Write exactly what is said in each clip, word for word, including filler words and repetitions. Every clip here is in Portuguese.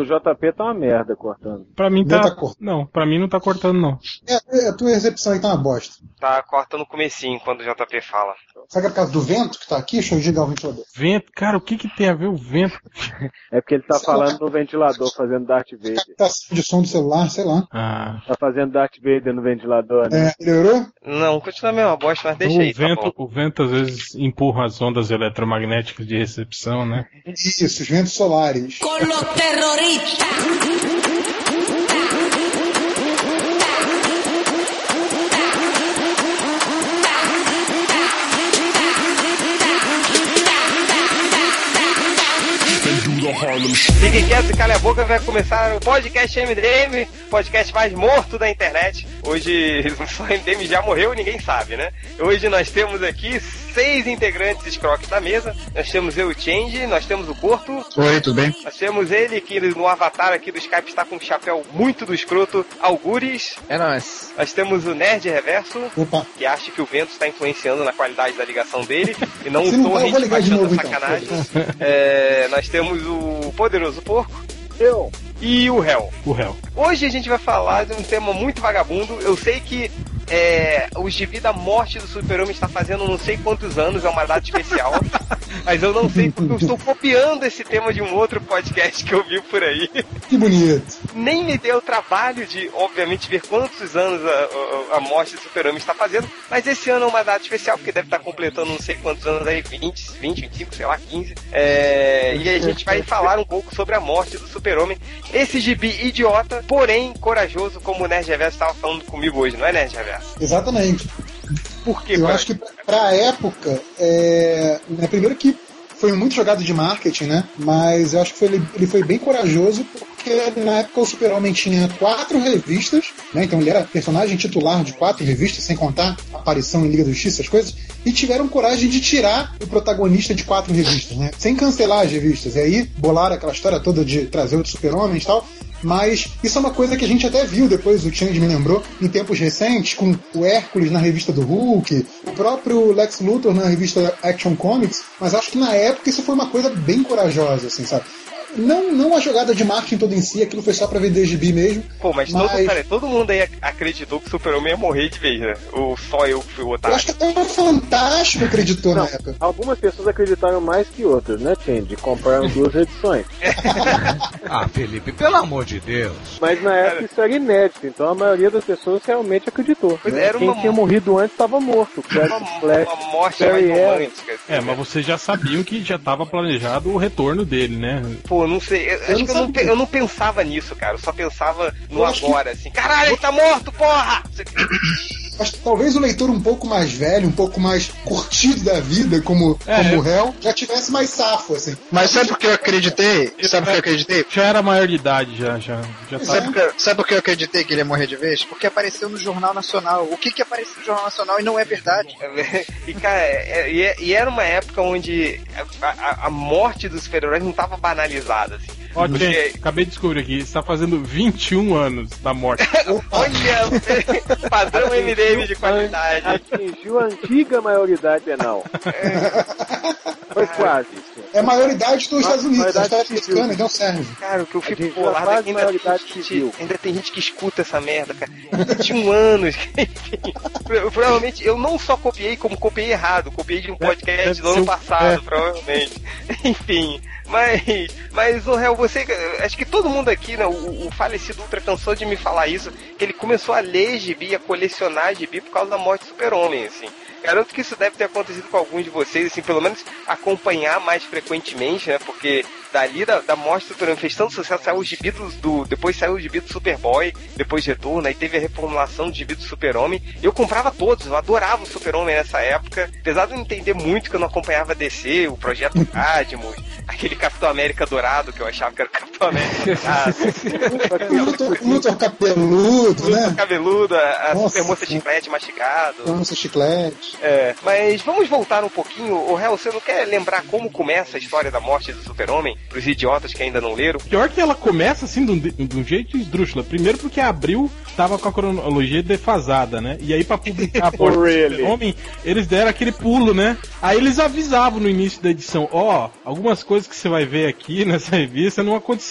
do J P tá uma merda cortando. Pra mim tá... tá não, pra mim não tá cortando, não. É, a tua recepção aí tá uma bosta. Tá cortando o comecinho quando o J P fala. Será que é por causa do vento que tá aqui? Deixa eu desligar o ventilador. Vento? Cara, o que que tem a ver o vento? É porque ele tá sei falando lá. No ventilador, fazendo Darth Vader. Tá de som do celular, sei lá. Ah. Tá fazendo Darth Vader no ventilador, né? É, melhorou? Não, continua a mesma bosta, mas deixa o aí, vento, tá bom. O vento às vezes empurra as ondas eletromagnéticas de recepção, né? Isso, os ventos solares. Con los terroristas! Fique quieto e cala a boca, vai começar o podcast M D M, podcast mais morto da internet. Hoje o M D M já morreu, ninguém sabe, né? Hoje nós temos aqui seis integrantes escroques da mesa. Nós temos eu e o Change, nós temos o Corto. Oi, tudo bem? Nós temos ele que no avatar aqui do Skype está com um chapéu muito do escroto, Algures. É nóis. Nós temos o Nerd Reverso, Opa. que acha que o vento está influenciando na qualidade da ligação dele e não Se o não torrent for, eu vou ligar de baixando novo, a sacanagem. Então. É, nós temos o Poderoso Porco. Eu. E o Hell. O Hell. Hoje a gente vai falar de um tema muito vagabundo. Eu sei que é, o gibi da morte do Super-Homem está fazendo não sei quantos anos, é uma data especial. Mas eu não sei porque eu estou copiando esse tema de um outro podcast que eu vi por aí. Que bonito. Nem me deu o trabalho de, obviamente, ver quantos anos a, a, a morte do Super-Homem está fazendo. Mas esse ano é uma data especial, porque deve estar completando não sei quantos anos aí, vinte, vinte, vinte e cinco, sei lá, quinze. É, e a gente vai falar um pouco sobre a morte do Super-Homem. Esse gibi idiota, porém corajoso, como o Nerd Reverso estava falando comigo hoje, não é, Nerd Reverso? Exatamente. Por quê? Eu acho que pra a época, é, né, primeiro que foi muito jogado de marketing, né? Mas eu acho que foi, ele foi bem corajoso porque na época o Super-Homem tinha quatro revistas, né? Então ele era personagem titular de quatro revistas, sem contar a aparição em Liga da Justiça, essas coisas, e tiveram coragem de tirar o protagonista de quatro revistas, né? Sem cancelar as revistas. E aí bolaram aquela história toda de trazer outro Super-Homem e tal. Mas isso é uma coisa que a gente até viu depois, o Change me lembrou, em tempos recentes, com o Hércules na revista do Hulk, o próprio Lex Luthor na revista Action Comics, mas acho que na época isso foi uma coisa bem corajosa, assim, sabe? Não, não a jogada de marketing toda em si, aquilo foi só pra vender gibi mesmo. Pô, mas, mas... Todo, cara, todo mundo aí acreditou que o Super-Homem ia morrer de vez, né? Ou só eu que fui o otário? Eu acho que até o Fantástico acreditou não, na época. Algumas pessoas acreditaram mais que outras, né, Change? Compraram duas edições. Ah, Felipe, pelo amor de Deus. Mas na época isso era inédito, então a maioria das pessoas realmente acreditou. Pois né? era Quem uma... tinha morrido antes estava morto. Uma, Flash, uma morte mais romântica. É, mas vocês já sabiam que já estava planejado o retorno dele, né? Pô, não sei. Eu, eu, acho não, que eu, não, eu não pensava nisso, cara. Eu só pensava no eu agora, que... assim. Caralho, ele tá morto, porra! Acho que talvez o leitor um pouco mais velho, um pouco mais curtido da vida, como, é, como o réu, já tivesse mais safo, assim. Mas sabe por que eu acreditei? Sabe por que eu acreditei? Já era maior de idade, já. já, já sabe, tá... por que, sabe por que eu acreditei que ele ia morrer de vez? Porque apareceu no Jornal Nacional. O que que apareceu no Jornal Nacional e não é verdade? E, cara, é, é, e era uma época onde a, a, a morte dos super-heróis não tava banalizada, assim. Ó, porque... gente, acabei de descobrir aqui, está fazendo vinte e um anos da morte. Olha, padrão M D M de qualidade. Atingiu a antiga maioridade penal. É. Foi quase. É a maioridade dos Estados Unidos, a história americana, então serve. Cara, o que eu fico bolado é que ainda tem, gente, ainda tem gente que escuta essa merda, cara. vinte e um anos. Provavelmente, eu não só copiei, como copiei errado. Copiei de um podcast é, do ano passado, é. provavelmente. Enfim. Mas, mas, o réu, você, acho que todo mundo aqui, né, o, o falecido Ultra cansou de me falar isso, que ele começou a ler gibi, a colecionar gibi por causa da morte do Super-Homem, assim. Garanto que isso deve ter acontecido com alguns de vocês, assim, pelo menos acompanhar mais frequentemente, né, porque dali da, da morte do Super-Homem fez tanto sucesso, saiu o gibi do, do, depois saiu o gibi do Superboy, depois de retorno, aí teve a reformulação do gibi do Super-Homem. Eu comprava todos, eu adorava o Super-Homem nessa época, apesar de não entender muito que eu não acompanhava a D C, o Projeto Cadmus, aquele Capitão América dourado que eu achava que era o Capitão América dourado. O Luthor cabeludo, né? Luthor cabeludo, a, a Super Moça Chiclete mastigado. Super Moça Chiclete. É, mas vamos voltar um pouquinho. O réu, você não quer lembrar como começa a história da morte do Super-Homem? Pros idiotas que ainda não leram? Pior que ela começa assim de um, de um jeito esdrúxula. Primeiro porque a Abril tava com a cronologia defasada, né? E aí pra publicar a morte do Super-Homem, eles deram aquele pulo, né? Aí eles avisavam no início da edição, ó, oh, algumas coisas que você vai ver aqui nessa revista não aconteceram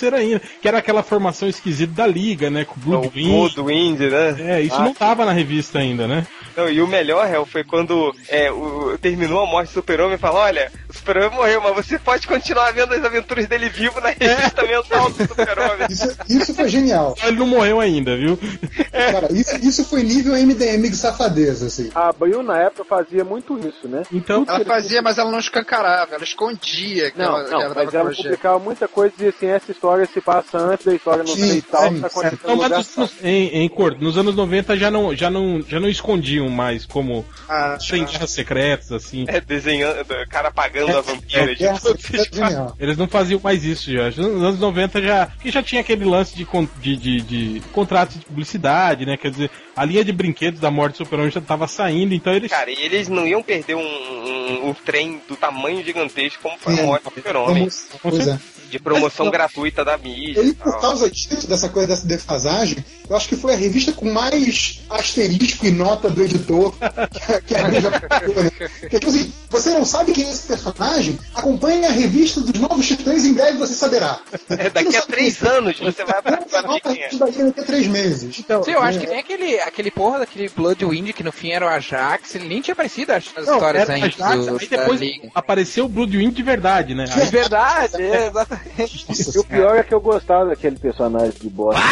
terceira ainda, que era aquela formação esquisita da Liga, né? Com o Bloodwind. Bloodwind, né? É, isso ah, não tava na revista ainda, né? Não, e o melhor, Hel, foi quando é, o, terminou a morte do Super-Homem e falou, olha, o Super-Homem morreu, mas você pode continuar vendo as aventuras dele vivo na revista é. mensal do Super-Homem. Isso, isso foi genial. Ele não morreu ainda, viu? É. Cara, isso, isso foi nível M D M de safadeza, assim. A Abril, na época, fazia muito isso, né? Então, ela fazia, mas ela não escancarava, ela escondia. Que não, ela, não, que ela mas ela publicava muita coisa e dizia assim, essa história se passa antes da história no sei tal, tá acontecendo no lugar tal. Em, em cor, nos anos noventa já não, já não, já não escondiam mais como ah, sem guerras secretas, assim. É, desenhando, o cara apagando é, a vampira. É, é, é, eles não faziam mais isso já. Nos anos noventa já, que já tinha aquele lance de, de, de, de contratos de publicidade, né? Quer dizer, a linha de brinquedos da morte do Super-Homem já tava saindo, então eles... Cara, e eles não iam perder um, um, um trem do tamanho gigantesco como foi a morte do Super-Homem. Pois é. De promoção Mas, gratuita da mídia. Ele, por causa disso, dessa coisa dessa defasagem, eu acho que foi a revista com mais asterisco e nota do editor que, que a mídia procurou, né? Porque, tipo assim, você não sabe quem é esse personagem? Acompanhe a revista dos Novos Titãs, em breve você saberá. É, daqui a três anos você vai saber quem é. Daqui a três meses. Então, sim, eu acho que nem aquele, aquele porra daquele Bloodwind que no fim era o Ajax, ele nem tinha aparecido acho, nas não, histórias ainda. Ajax, do, aí depois apareceu o Bloodwind de verdade, né? De verdade, é, exatamente. Nossa, e o pior é que eu gostava daquele personagem de bosta.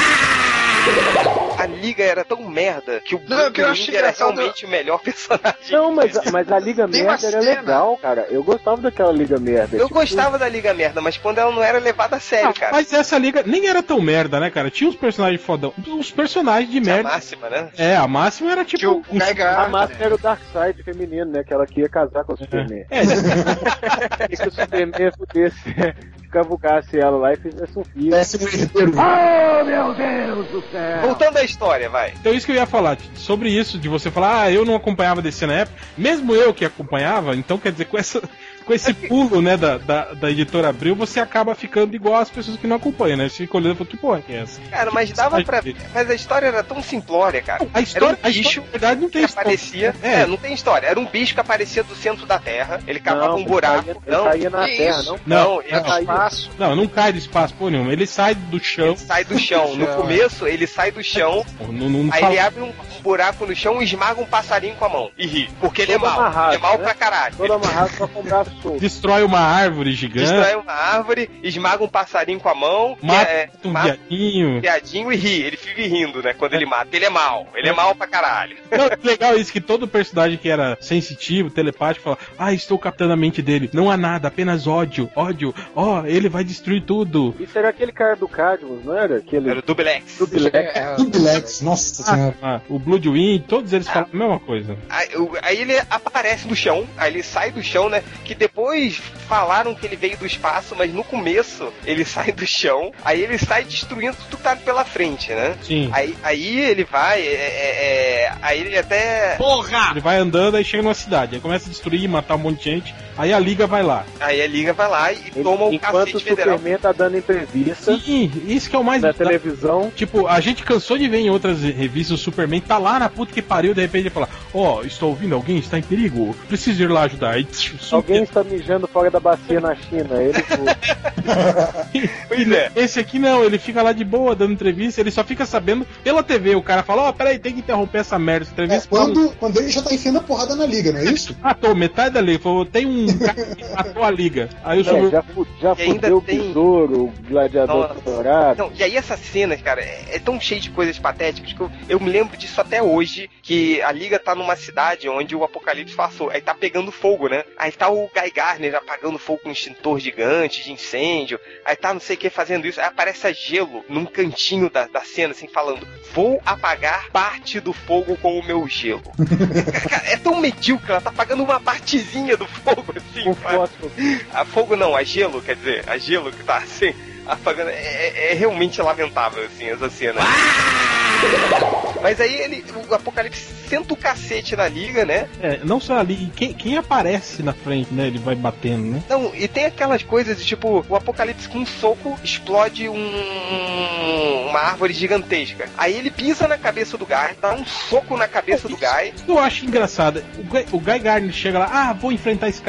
A Liga era tão merda que o Bloodwind era realmente o melhor personagem. Não, mas, mas a Liga Merda era legal, cara. Eu gostava daquela Liga Merda. Eu tipo... gostava da Liga Merda, mas quando ela não era levada a sério, ah, cara. Mas essa Liga nem era tão merda, né, cara? Tinha uns personagens fodão. Os personagens de Tinha merda. A Máxima, né? É, a Máxima era tipo... Um... Um... A Máxima era o Darkseid feminino, né? Que ela queria casar com o Superman. É. é. E que o Superman fudesse... cavucasse ela lá e fizesse um filho. Oh, meu Deus do céu! Voltando à história, vai. Então isso que eu ia falar, sobre isso, de você falar, ah, eu não acompanhava D C na época, mesmo eu que acompanhava, então quer dizer, com essa... com esse pulo, né, da, da, da editora Abril, você acaba ficando igual as pessoas que não acompanham, né? Você fica olhando e fala, que porra é essa? Cara, mas dava pra... Mas a história era tão simplória, cara. A história, era um bicho, a história, na verdade, não tem que aparecia... É. é, não tem história. Era um bicho que aparecia do centro da Terra, ele cavava não, um buraco. Ele não, caía na Terra, não? Não, não, ele não, espaço. Não, não cai do espaço, pô, nenhum. Ele sai do chão. Ele sai do chão. No começo, ele sai do chão, não, não, não aí fala... ele abre um buraco no chão e esmaga um passarinho com a mão. E ri. Porque ele todo é mau. Amarrado, ele é mau né? pra caralho. Todo amarrado só com o braço solto. Destrói uma árvore gigante. Destrói uma árvore, esmaga um passarinho com a mão. Mata é, um mata viadinho. Um viadinho e ri. Ele vive rindo, né? Quando ele mata. Ele é mau. Ele é mau pra caralho. Não, legal isso, que todo personagem que era sensitivo, telepático, fala, ah, estou captando a mente dele. Não há nada, apenas ódio. Ódio. Ó, oh, ele vai destruir tudo. Isso era aquele cara do Cadmus, não era? Aquele... Era o Dublex. Dublex. É, Dublex, nossa senhora. Ah, ah, o Bloodwind, todos eles ah. falam a mesma coisa. Aí, aí ele aparece no chão, aí ele sai do chão, né? Que depois falaram que ele veio do espaço, mas no começo ele sai do chão, aí ele sai destruindo tudo que tá pela frente, né? Sim. Aí, aí ele vai, é, é, é, aí ele até... Porra! Ele vai andando, aí chega numa cidade, aí começa a destruir, matar um monte de gente, aí a Liga vai lá. Aí a Liga vai lá e ele, toma um cacete o federal. Superman tá dando entrevista. Sim, isso que é o mais... Na televisão. Tipo, a gente cansou de ver em outras revistas o Superman tá lá na puta que pariu, de repente ele fala, ó, oh, estou ouvindo alguém, está em perigo, preciso ir lá ajudar. Aí, alguém está mijando fora da bacia na China, ele... Pois é. Esse aqui não, ele fica lá de boa dando entrevista, ele só fica sabendo pela T V. O cara fala, ó, oh, peraí, tem que interromper essa merda, essa entrevista. É, quando, quando ele já tá enfiando a porrada na Liga, não é isso? Matou metade da Liga, falou, tem um cara que matou a Liga. Aí o não, sobre... já, fu já fudeu o tem... besouro, o gladiador dourado. Não, e aí essas cenas, cara, é, é tão cheio de coisas patéticas que eu, eu me lembro disso até hoje, que a Liga tá numa cidade onde o Apocalipse passou, aí tá pegando fogo, né? Aí tá o Guy Gardner apagando fogo com um extintor gigante de incêndio, aí tá não sei o que fazendo isso, aí aparece a Gelo num cantinho da, da cena, assim, falando, vou apagar parte do fogo com o meu gelo. Cara, é tão medíocre, ela tá apagando uma partezinha do fogo, assim. A fogo não, a Gelo, quer dizer, a Gelo que tá assim, apagando, é, é realmente lamentável, assim, essa cena. Mas aí ele, o Apocalipse senta o cacete na Liga, né? É, não só ali, quem, quem aparece na frente, né? Ele vai batendo, né? Não, e tem aquelas coisas de tipo, o Apocalipse com um soco explode um, uma árvore gigantesca. Aí ele pisa na cabeça do Guy, dá um soco na cabeça do Guy. Eu acho engraçado. O Guy, o Guy Gardner chega lá, ah, vou enfrentar esse cara aqui.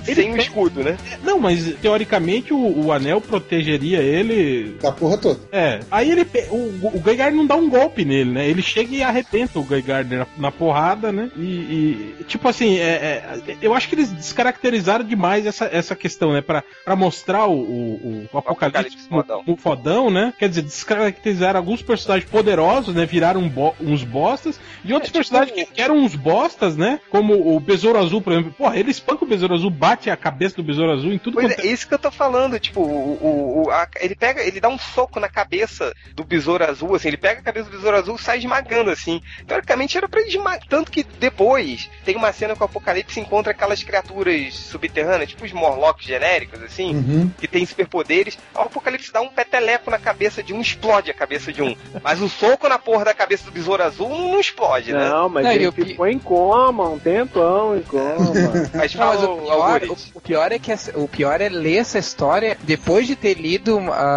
sem o escudo, né? Não, mas teoricamente o, o anel protegeria ele... Da porra toda. É, aí ele... O, o Guy não dá um golpe nele, né? Ele chega e arrebenta o Guy Gardner na, na porrada, né? E, e tipo assim, é, é, eu acho que eles descaracterizaram demais essa, essa questão, né? Pra, pra mostrar o, o, o Apocalipse fodão. no fodão, né? Quer dizer, descaracterizaram alguns personagens poderosos, né? Viraram bo uns bostas. E outros é, personagens tipo... que, que eram uns bostas, né? Como o Besouro Azul, por exemplo. Porra, ele espanca o Besouro Azul, bate a cabeça do Besouro Azul em tudo pois quanto é, isso que eu tô falando, tipo, o, o, o a, ele pega, ele dá um soco na cabeça do Besouro Azul, assim, ele pega a cabeça do Besouro Azul e sai esmagando, assim. Teoricamente era pra ele esmagar, tanto que depois tem uma cena que o Apocalipse encontra aquelas criaturas subterrâneas, tipo os Morlocks genéricos, assim, uhum. que tem superpoderes. O Apocalipse dá um peteleco na cabeça de um, explode a cabeça de um. Mas o soco na porra da cabeça do Besouro Azul não explode, né? Não, mas não, ele eu... ficou em coma um tempão, em coma. Mas, não, mas o, o, pior, o, o pior é que essa, o pior é ler essa história depois de ter lido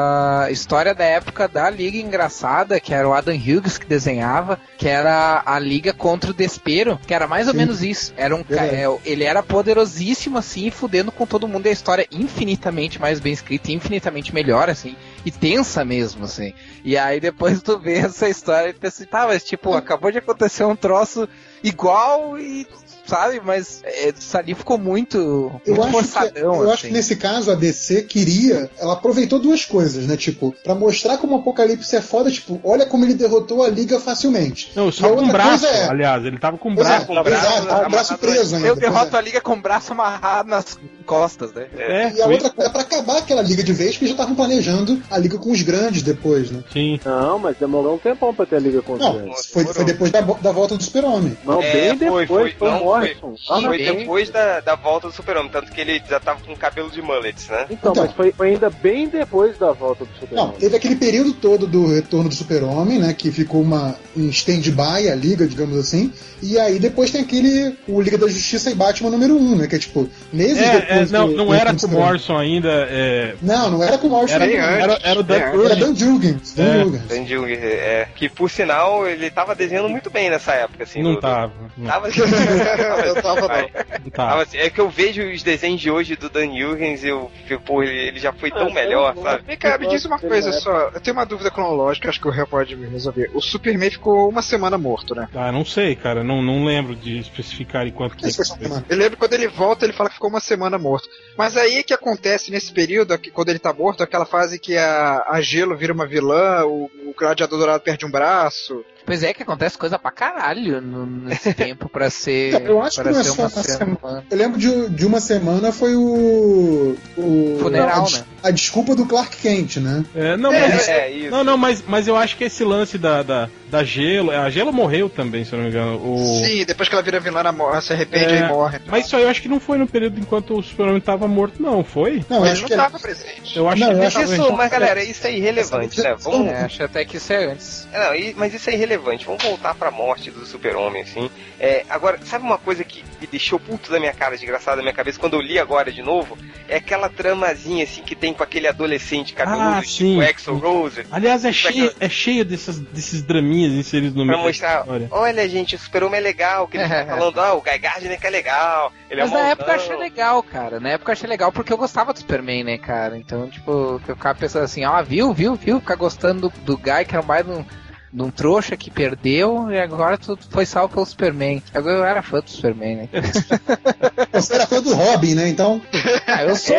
a história da época da Liga Engraçada, que era o Adam Hughes que desenhava, que era a Liga contra o Despero, que era mais ou Sim. menos isso. Era um, é. É, ele era poderosíssimo, assim, fudendo com todo mundo, e a história infinitamente mais bem escrita, infinitamente melhor, assim, e tensa mesmo, assim. E aí depois tu vê essa história e pensa assim, tá, mas tipo, acabou de acontecer um troço igual e... sabe, mas é, isso ali ficou muito, eu muito acho forçadão. Que, eu assim. acho que nesse caso a D C queria, ela aproveitou duas coisas, né, tipo, pra mostrar como o Apocalipse é foda, tipo, olha como ele derrotou a Liga facilmente. Não, só com o braço, é... aliás, ele tava com o braço. É, com o braço, braço, braço, braço preso ainda. Eu derroto é. a Liga com o braço amarrado nas costas, né? É, e a outra coisa é pra acabar aquela Liga de vez, porque já estavam planejando a Liga com os grandes depois, né? Sim. Não, mas demorou um tempão pra ter a Liga com os não, grandes. Foi, foi depois da, da volta do Super-Homem. Não, é, bem depois, foi, foi, foi não, Morrison. Foi, foi depois da, da volta do Super-Homem, tanto que ele já tava com cabelo de mullets, né? Então, então mas foi, foi ainda bem depois da volta do Super-Homem. Não, teve aquele período todo do retorno do Super-Homem, né, que ficou uma, em stand-by a Liga, digamos assim, e aí depois tem aquele, o Liga da Justiça e Batman número um, né, que é tipo, meses é, depois é, não, do, não do era com o Morrison ainda, é... Não, não era com o Morrison. Era, era, era, era o Dan é, Era Dan Jurgens. Dan é. Jurgens. Dan Jurgens, é. Que por sinal, ele tava desenhando muito bem nessa época, assim. Não do, tava. Do... Tava assim. Eu tava, não. Não tava. tava assim. É que eu vejo os desenhos de hoje do Dan Jurgens e eu fico, pô, ele, ele já foi tão ah, melhor, sabe? Vem cá, me diz uma coisa só. Eu tenho uma dúvida cronológica, acho que o Réu pode me resolver. O Superman ficou uma semana morto, né? Ah, não sei, cara. Não, não lembro de especificar em quanto tempo. Eu lembro quando ele volta, ele fala que ficou uma semana morto. Mas aí que acontece nesse período, quando ele tá morto, aquela fase que a, a Gelo vira uma vilã, o, o Gladiador Dourado perde um braço. Pois é, que acontece coisa pra caralho no, nesse tempo pra ser. Eu acho que não é só uma semana. semana. Eu lembro de, de uma semana foi o. o funeral, a, né? A desculpa do Clark Kent, né? É, não, é, mas, é, isso. não, não, mas, mas eu acho que esse lance da, da, da Gelo. A Gelo morreu também, se eu não me engano. O... Sim, depois que ela vira vilã, ela se arrepende é, e morre. Mas isso aí eu acho que não foi no período enquanto o Super-Homem tava morto, não, foi? Não, ele acho não que tava é... presente. Eu acho não, que eu ele acho tava Isso, mas galera, isso é irrelevante, né? Vamos... É, acho até que isso é antes. Não, mas isso é irrelevante. Vamos voltar pra morte do Super-Homem, assim. É, agora, sabe uma coisa que me deixou puto da minha cara, desgraçado da minha cabeça, quando eu li agora de novo? É aquela tramazinha, assim, que tem com aquele adolescente cabeludo, ah, tipo Axl Rose. Aliás, é cheio, é cheio dessas, desses draminhas inseridos no meio. Pra mostrar, olha, gente, o Super-Homem é legal, que ele tá falando, ah, o Guy Gardner que é legal. Ele mas é na época eu achei legal, cara. Na época eu achei legal porque eu gostava do Superman, né, cara? Então, tipo, eu ficava pensando assim, ó, ah, viu, viu, viu? Ficar gostando do, do Guy, que era mais um... de um trouxa que perdeu e agora tu foi salvo pelo Superman. Eu era fã do Superman, né? Você era fã do Robin, né? Então. Ah, eu sou